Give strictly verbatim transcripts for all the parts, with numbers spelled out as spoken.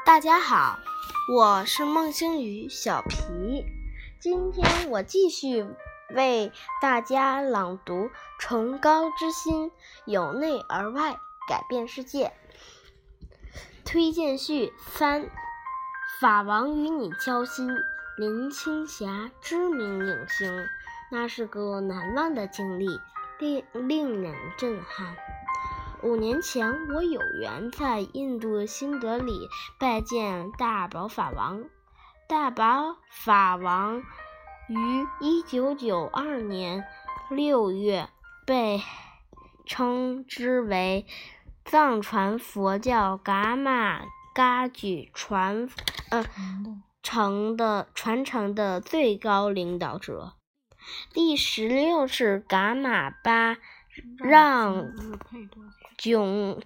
大家好，我是孟星宇小皮。今天我继续为大家朗读《崇高之心，由内而外改变世界》。推荐序三：法王与你交心，林青霞知名影星，那是个难忘的经历，令令人震撼。五年前，我有缘在印度新德里拜见大宝法王。大宝法王于一九九二年六月被称之为藏传佛教噶玛噶举传呃承的传承的最高领导者。第十六世噶玛巴让囧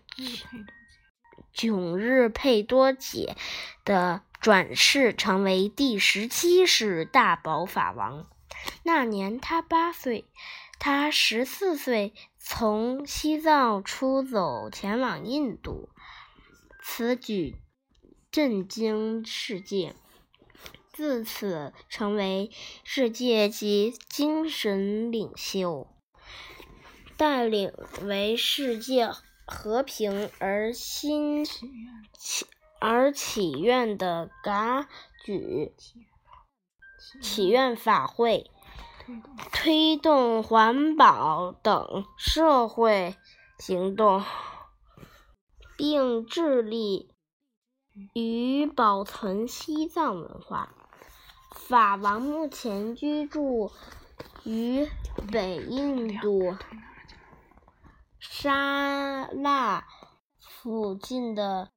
囧日佩多姐的转世，成为第十七世大宝法王。那年他八岁，他十四岁从西藏出走前往印度，此举震惊世界，自此成为世界级精神领袖，带领为世界和平而心起而祈愿的噶举祈愿法会，推动环保等社会行动，并致力于保存西藏文化。法王目前居住于北印度沙腊附近的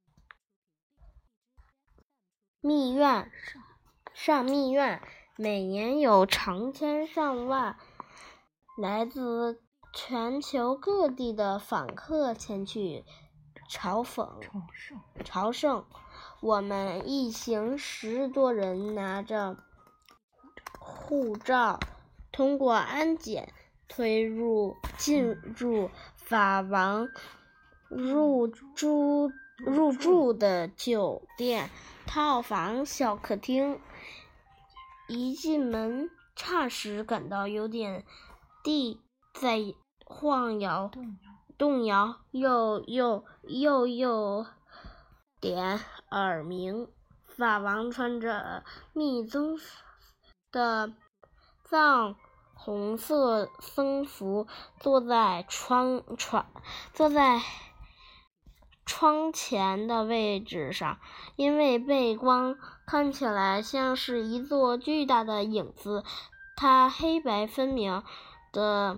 密院上密院，每年有成千上万来自全球各地的访客前去朝访朝圣。我们一行十多人拿着护照，通过安检推入进入法王入住入住的酒店套房小客厅。一进门，霎时感到有点地在晃摇动摇，又又又有点耳鸣。法王穿着密宗的藏红色僧服，坐在窗窗坐在窗前的位置上，因为背光看起来像是一座巨大的影子，他黑白分明的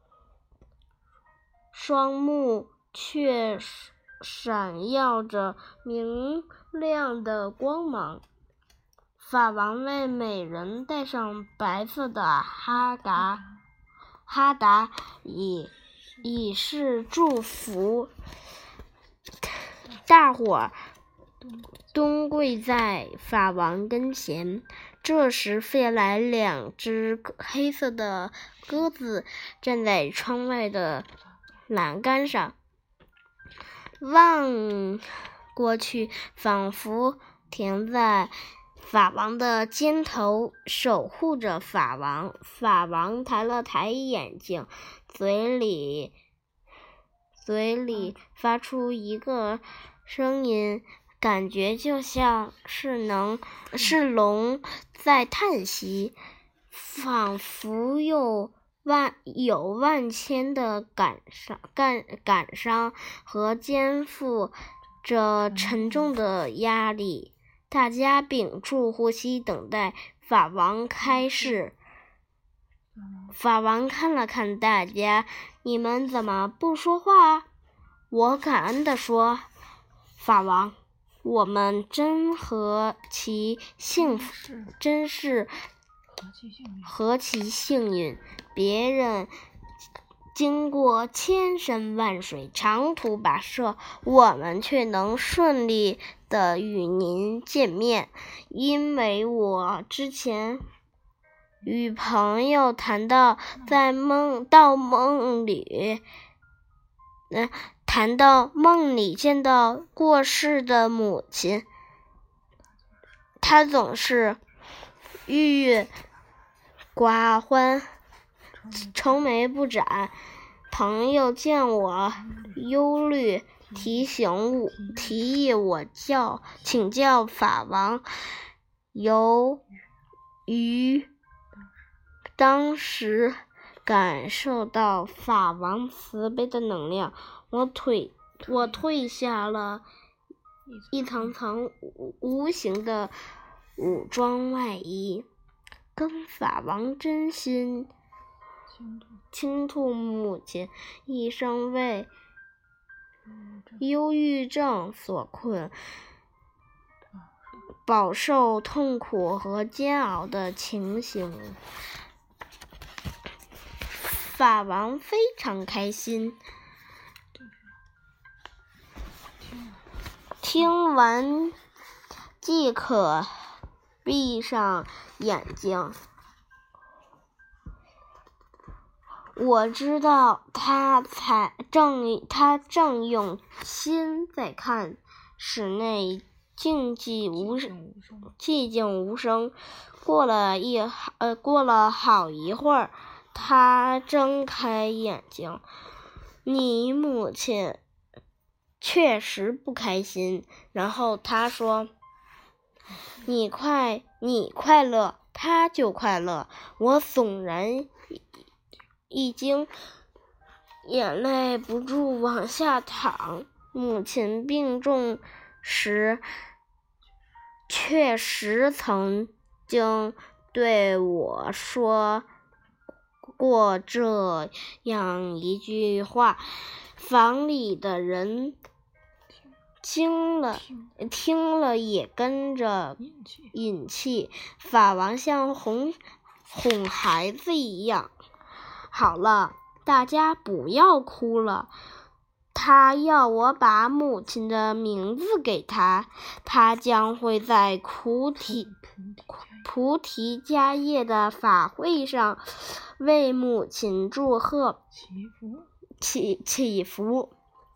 双目却闪耀着明亮的光芒。法王为每人戴上白色的哈达哈达以以示祝福。大伙儿蹲跪在法王跟前，这时飞来两只黑色的鸽子，站在窗外的栏杆上，望过去仿佛停在法王的肩头，守护着法王。法王抬了抬眼睛，嘴里嘴里发出一个声音，感觉就像是能是龙在叹息，仿佛有万有万千的感伤感感伤和肩负着沉重的压力。大家屏住呼吸，等待法王开示。法王看了看大家，你们怎么不说话？我感恩地说，法王，我们真何其幸福，真是何其幸运！别人经过千山万水，长途跋涉，我们却能顺利的与您见面。因为我之前与朋友谈到，在梦到梦里，呃，谈到梦里见到过世的母亲， 他总是郁郁寡欢，愁眉不展。朋友见我忧虑，提醒我提议我教请教法王。由于当时感受到法王慈悲的能量，我退我退下了一层层无形的武装外衣，跟法王真心倾吐母亲一生为忧郁症所困，饱受痛苦和煎熬的情形。法王非常开心，听完即可闭上眼睛。我知道他才正他正用心在看，室内静寂无声，寂静无声。过了一呃，过了好一会儿，他睁开眼睛。你母亲确实不开心。然后他说：“你快，你快乐，他就快乐。”我悚然一惊，眼泪不住往下淌。母亲病重时，确实曾经对我说过这样一句话。房里的人听了听了也跟着引气。法王像哄哄孩子一样。好了，大家不要哭了。他要我把母亲的名字给他，他将会在菩提菩提迦叶的法会上为母亲祝贺祈祈福。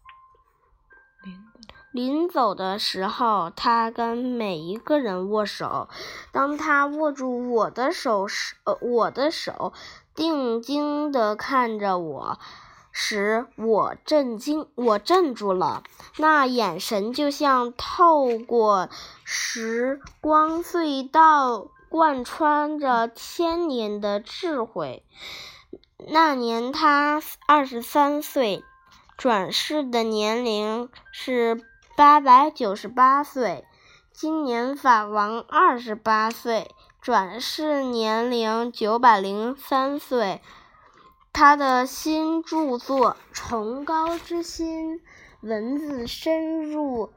临走的时候，他跟每一个人握手。当他握住我的手时，呃，我的手定睛地看着我时，我震惊，我镇住了。那眼神就像透过时光隧道，贯穿着千年的智慧。那年他二十三岁，转世的年龄是八百九十八岁。今年法王二十八岁，转世年龄九百零三岁。他的新著作《崇高之心》，文字深入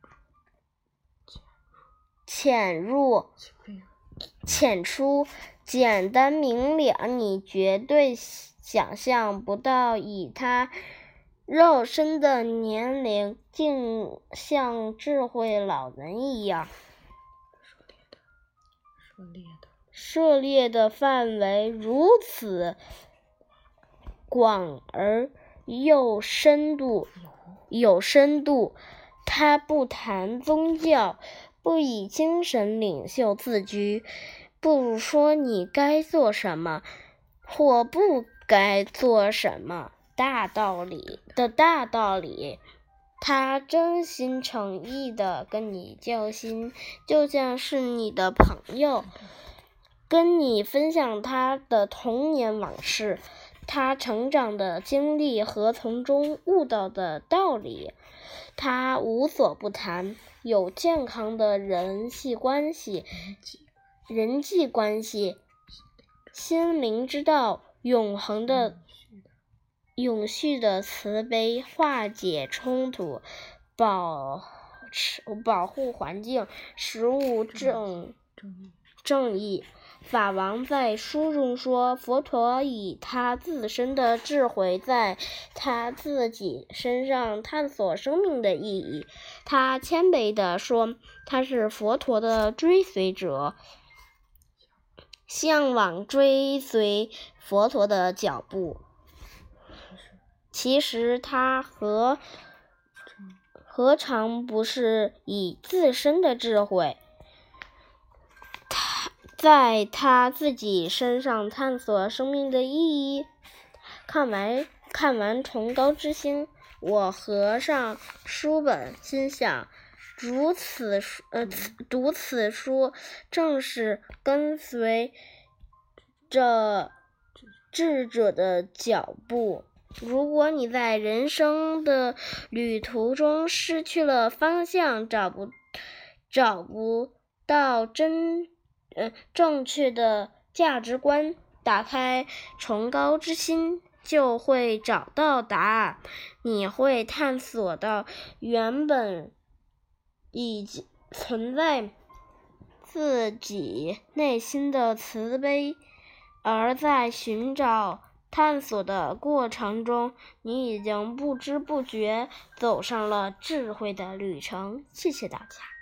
浅入浅出，简单明了，你绝对想象不到，以他肉身的年龄竟像智慧老人一样。涉猎的范围如此广而又深度有深度。他不谈宗教，不以精神领袖自居，不说你该做什么或不该做什么大道理的大道理。他真心诚意地跟你交心，就像是你的朋友，跟你分享他的童年往事，他成长的经历和从中悟到的道理。他无所不谈，有健康的人际关系，人际关系，心灵之道，永恒的永续的慈悲，化解冲突，保持保护环境，食物正正义。法王在书中说，佛陀以他自身的智慧在他自己身上探索生命的意义。他谦卑地说，他是佛陀的追随者，向往追随佛陀的脚步。其实他何何尝不是以自身的智慧在他自己身上探索生命的意义。看完看完《崇高之心》，我合上书本，心想：读此书，呃，读此书正是跟随着智者的脚步。如果你在人生的旅途中失去了方向，找不找不到真呃正确的价值观，打开崇高之心，就会找到答案。你会探索到原本已经存在自己内心的慈悲，而在寻找探索的过程中，你已经不知不觉走上了智慧的旅程。谢谢大家。